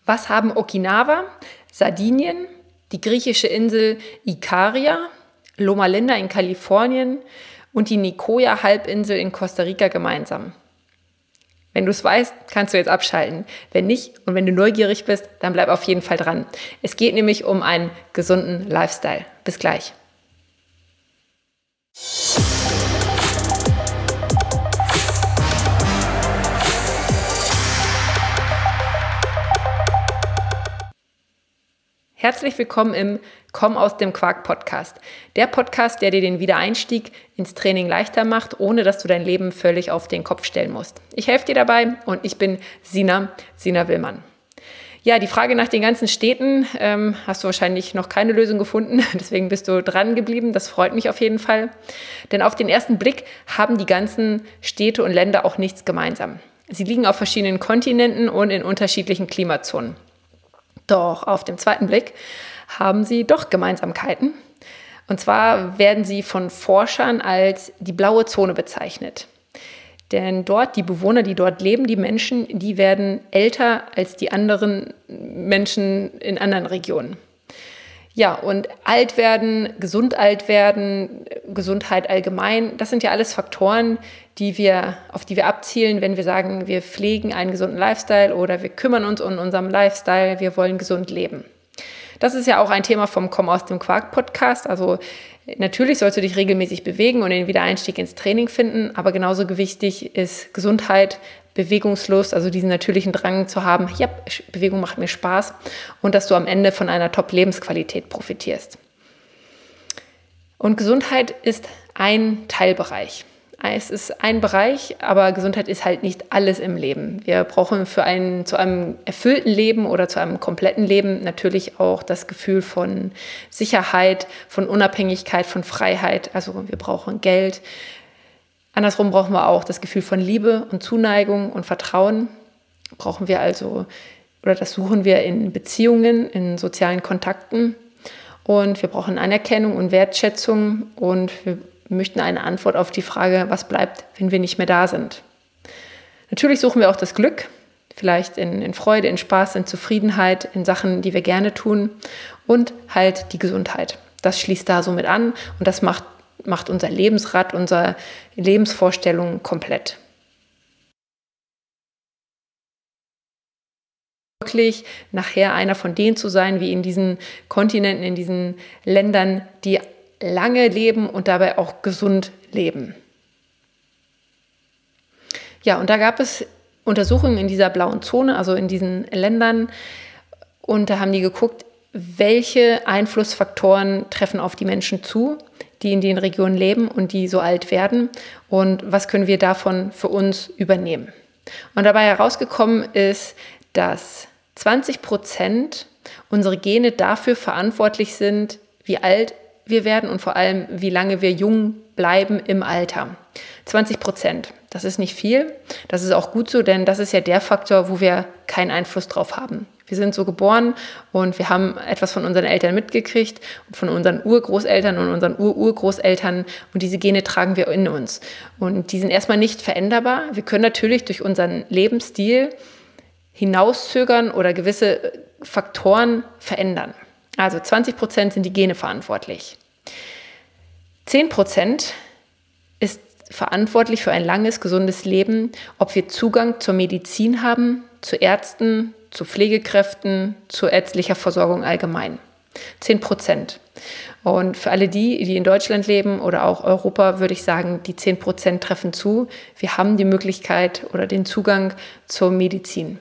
Was haben Okinawa, Sardinien, die griechische Insel Ikaria, Loma Linda in Kalifornien und die Nicoya-Halbinsel in Costa Rica gemeinsam? Wenn du es weißt, kannst du jetzt abschalten. Wenn nicht und wenn du neugierig bist, dann bleib auf jeden Fall dran. Es geht nämlich um einen gesunden Lifestyle. Bis gleich. Herzlich willkommen im Komm aus dem Quark Podcast. Der Podcast, der dir den Wiedereinstieg ins Training leichter macht, ohne dass du dein Leben völlig auf den Kopf stellen musst. Ich helfe dir dabei und ich bin Sina Willmann. Ja, die Frage nach den ganzen Städten hast du wahrscheinlich noch keine Lösung gefunden, deswegen bist du dran geblieben. Das freut mich auf jeden Fall. Denn auf den ersten Blick haben die ganzen Städte und Länder auch nichts gemeinsam. Sie liegen auf verschiedenen Kontinenten und in unterschiedlichen Klimazonen. Doch auf den zweiten Blick haben sie doch Gemeinsamkeiten. Und zwar werden sie von Forschern als die blaue Zone bezeichnet. Denn dort, die Bewohner, die dort leben, die Menschen, die werden älter als die anderen Menschen in anderen Regionen. Ja, und alt werden, Gesundheit allgemein, das sind ja alles Faktoren, auf die wir abzielen, wenn wir sagen, wir pflegen einen gesunden Lifestyle oder wir kümmern uns um unseren Lifestyle, wir wollen gesund leben. Das ist ja auch ein Thema vom Komm aus dem Quark Podcast. Also natürlich sollst du dich regelmäßig bewegen und den Wiedereinstieg ins Training finden, aber genauso wichtig ist Gesundheit, Bewegungslust, also diesen natürlichen Drang zu haben, ja, Bewegung macht mir Spaß und dass du am Ende von einer Top-Lebensqualität profitierst. Und Gesundheit ist ein Teilbereich. Es ist ein Bereich, aber Gesundheit ist halt nicht alles im Leben. Wir brauchen zu einem erfüllten Leben oder zu einem kompletten Leben natürlich auch das Gefühl von Sicherheit, von Unabhängigkeit, von Freiheit. Also wir brauchen Geld. Andersrum brauchen wir auch das Gefühl von Liebe und Zuneigung und Vertrauen. Das suchen wir in Beziehungen, in sozialen Kontakten. Und wir brauchen Anerkennung und Wertschätzung und wir möchten eine Antwort auf die Frage, was bleibt, wenn wir nicht mehr da sind. Natürlich suchen wir auch das Glück, vielleicht in Freude, in Spaß, in Zufriedenheit, in Sachen, die wir gerne tun und halt die Gesundheit. Das schließt da so mit an und das macht unser Lebensrad, unsere Lebensvorstellung komplett. Wirklich nachher einer von denen zu sein, wie in diesen Kontinenten, in diesen Ländern, die lange leben und dabei auch gesund leben. Ja, und da gab es Untersuchungen in dieser blauen Zone, also in diesen Ländern, und da haben die geguckt, welche Einflussfaktoren treffen auf die Menschen zu, die in den Regionen leben und die so alt werden und was können wir davon für uns übernehmen. Und dabei herausgekommen ist, dass 20% unsere Gene dafür verantwortlich sind, wie alt wir werden und vor allem, wie lange wir jung bleiben im Alter. 20%. Das ist nicht viel. Das ist auch gut so, denn das ist ja der Faktor, wo wir keinen Einfluss drauf haben. Wir sind so geboren und wir haben etwas von unseren Eltern mitgekriegt, von unseren Urgroßeltern und unseren Urgroßeltern und diese Gene tragen wir in uns. Und die sind erstmal nicht veränderbar. Wir können natürlich durch unseren Lebensstil hinauszögern oder gewisse Faktoren verändern. Also 20% sind die Gene verantwortlich. 10% ist verantwortlich für ein langes, gesundes Leben, ob wir Zugang zur Medizin haben, zu Ärzten, zu Pflegekräften, zu ärztlicher Versorgung allgemein. 10%. Und für alle die in Deutschland leben oder auch Europa, würde ich sagen, die 10% treffen zu. Wir haben die Möglichkeit oder den Zugang zur Medizin.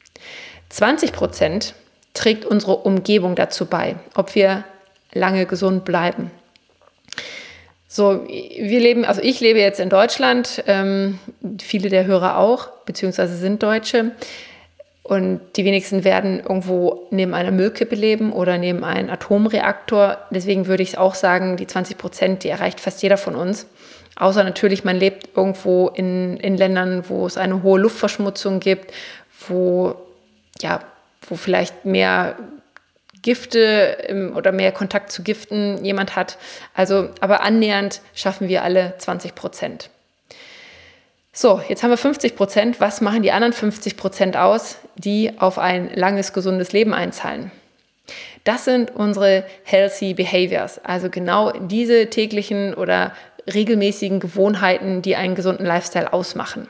20% trägt unsere Umgebung dazu bei, ob wir lange gesund bleiben. So, ich lebe jetzt in Deutschland, viele der Hörer auch, beziehungsweise sind Deutsche. Und die wenigsten werden irgendwo neben einer Müllkippe leben oder neben einem Atomreaktor. Deswegen würde ich auch sagen, die 20%, die erreicht fast jeder von uns. Außer natürlich, man lebt irgendwo in Ländern, wo es eine hohe Luftverschmutzung gibt, wo vielleicht mehr Gifte oder mehr Kontakt zu Giften jemand hat. Also, aber annähernd schaffen wir alle 20%. So, jetzt haben wir 50%. Was machen die anderen 50% aus, die auf ein langes, gesundes Leben einzahlen? Das sind unsere Healthy Behaviors, also genau diese täglichen oder regelmäßigen Gewohnheiten, die einen gesunden Lifestyle ausmachen.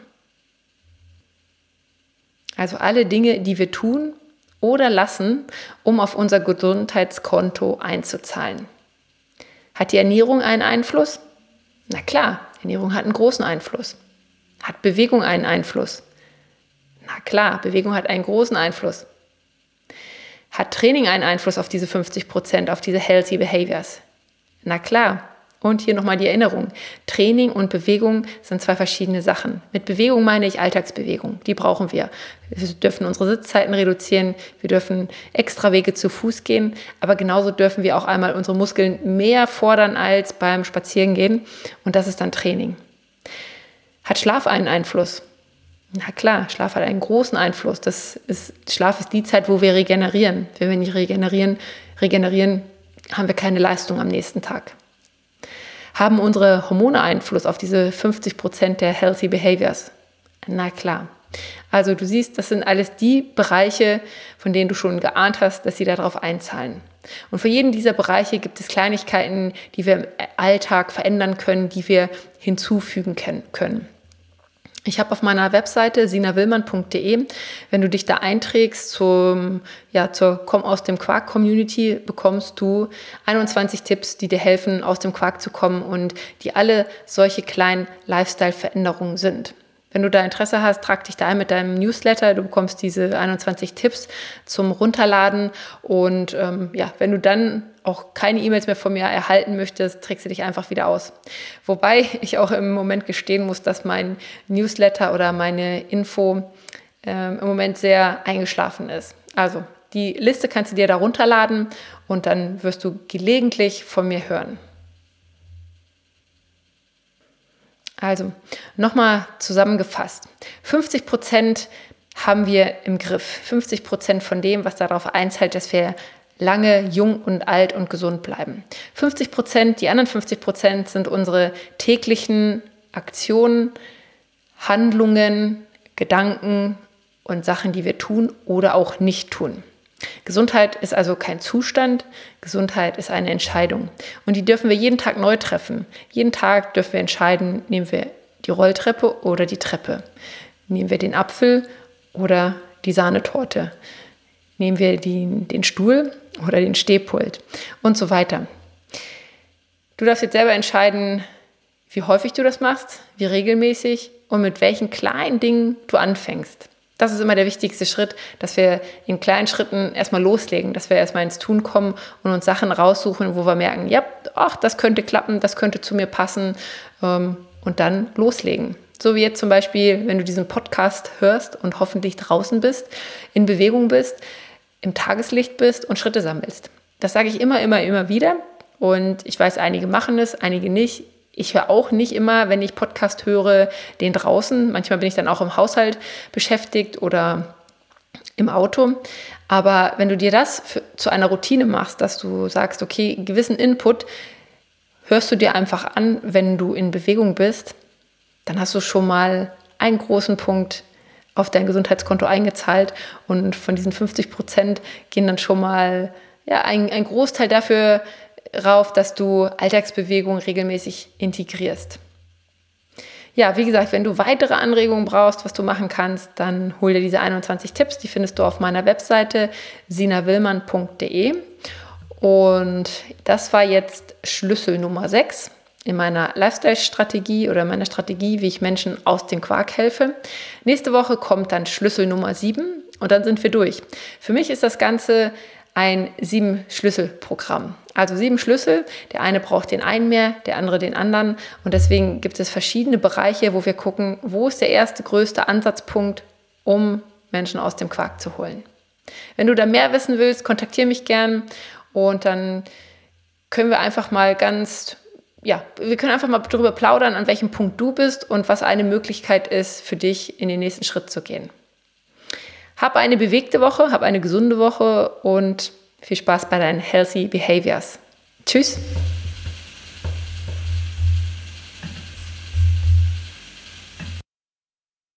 Also alle Dinge, die wir tun oder lassen, um auf unser Gesundheitskonto einzuzahlen. Hat die Ernährung einen Einfluss? Na klar, Ernährung hat einen großen Einfluss. Hat Bewegung einen Einfluss? Na klar, Bewegung hat einen großen Einfluss. Hat Training einen Einfluss auf diese 50%, auf diese Healthy Behaviors? Na klar. Und hier nochmal die Erinnerung. Training und Bewegung sind zwei verschiedene Sachen. Mit Bewegung meine ich Alltagsbewegung. Die brauchen wir. Wir dürfen unsere Sitzzeiten reduzieren. Wir dürfen extra Wege zu Fuß gehen. Aber genauso dürfen wir auch einmal unsere Muskeln mehr fordern als beim Spazierengehen. Und das ist dann Training. Hat Schlaf einen Einfluss? Na klar, Schlaf hat einen großen Einfluss. Schlaf ist die Zeit, wo wir regenerieren. Wenn wir nicht regenerieren, haben wir keine Leistung am nächsten Tag. Haben unsere Hormone Einfluss auf diese 50% der Healthy Behaviors? Na klar. Also du siehst, das sind alles die Bereiche, von denen du schon geahnt hast, dass sie darauf einzahlen. Und für jeden dieser Bereiche gibt es Kleinigkeiten, die wir im Alltag verändern können, die wir hinzufügen können. Ich habe auf meiner Webseite sinawillmann.de, wenn du dich da einträgst zur Komm aus dem Quark Community, bekommst du 21 Tipps, die dir helfen, aus dem Quark zu kommen und die alle solche kleinen Lifestyle-Veränderungen sind. Wenn du da Interesse hast, trag dich da ein mit deinem Newsletter. Du bekommst diese 21 Tipps zum Runterladen. Und wenn du dann auch keine E-Mails mehr von mir erhalten möchtest, trägst du dich einfach wieder aus. Wobei ich auch im Moment gestehen muss, dass mein Newsletter oder meine Info im Moment sehr eingeschlafen ist. Also die Liste kannst du dir da runterladen und dann wirst du gelegentlich von mir hören. Also, nochmal zusammengefasst. 50% haben wir im Griff. 50% von dem, was darauf einzahlt, dass wir lange jung und alt und gesund bleiben. 50%, die anderen 50% sind unsere täglichen Aktionen, Handlungen, Gedanken und Sachen, die wir tun oder auch nicht tun. Gesundheit ist also kein Zustand, Gesundheit ist eine Entscheidung. Und die dürfen wir jeden Tag neu treffen. Jeden Tag dürfen wir entscheiden, nehmen wir die Rolltreppe oder die Treppe. Nehmen wir den Apfel oder die Sahnetorte. Nehmen wir den Stuhl oder den Stehpult und so weiter. Du darfst jetzt selber entscheiden, wie häufig du das machst, wie regelmäßig und mit welchen kleinen Dingen du anfängst. Das ist immer der wichtigste Schritt, dass wir in kleinen Schritten erstmal loslegen, dass wir erstmal ins Tun kommen und uns Sachen raussuchen, wo wir merken, ja, das könnte klappen, das könnte zu mir passen und dann loslegen. So wie jetzt zum Beispiel, wenn du diesen Podcast hörst und hoffentlich draußen bist, in Bewegung bist, im Tageslicht bist und Schritte sammelst. Das sage ich immer wieder und ich weiß, einige machen es, einige nicht. Ich höre auch nicht immer, wenn ich Podcast höre, den draußen. Manchmal bin ich dann auch im Haushalt beschäftigt oder im Auto. Aber wenn du dir das zu einer Routine machst, dass du sagst, okay, gewissen Input hörst du dir einfach an, wenn du in Bewegung bist, dann hast du schon mal einen großen Punkt auf dein Gesundheitskonto eingezahlt. Und von diesen 50% gehen dann schon mal ein Großteil dafür rauf, dass du Alltagsbewegung regelmäßig integrierst. Ja, wie gesagt, wenn du weitere Anregungen brauchst, was du machen kannst, dann hol dir diese 21 Tipps. Die findest du auf meiner Webseite sinawillmann.de. Und das war jetzt Schlüssel Nummer 6 in meiner Lifestyle-Strategie oder meiner Strategie, wie ich Menschen aus dem Quark helfe. Nächste Woche kommt dann Schlüssel Nummer 7 und dann sind wir durch. Für mich ist das Ganze ein 7-Schlüssel-Programm. Also 7 Schlüssel, der eine braucht den einen mehr, der andere den anderen. Und deswegen gibt es verschiedene Bereiche, wo wir gucken, wo ist der erste, größte Ansatzpunkt, um Menschen aus dem Quark zu holen. Wenn du da mehr wissen willst, kontaktiere mich gern und dann können wir einfach mal darüber plaudern, an welchem Punkt du bist und was eine Möglichkeit ist, für dich in den nächsten Schritt zu gehen. Hab eine bewegte Woche, hab eine gesunde Woche und viel Spaß bei deinen Healthy Behaviors. Tschüss!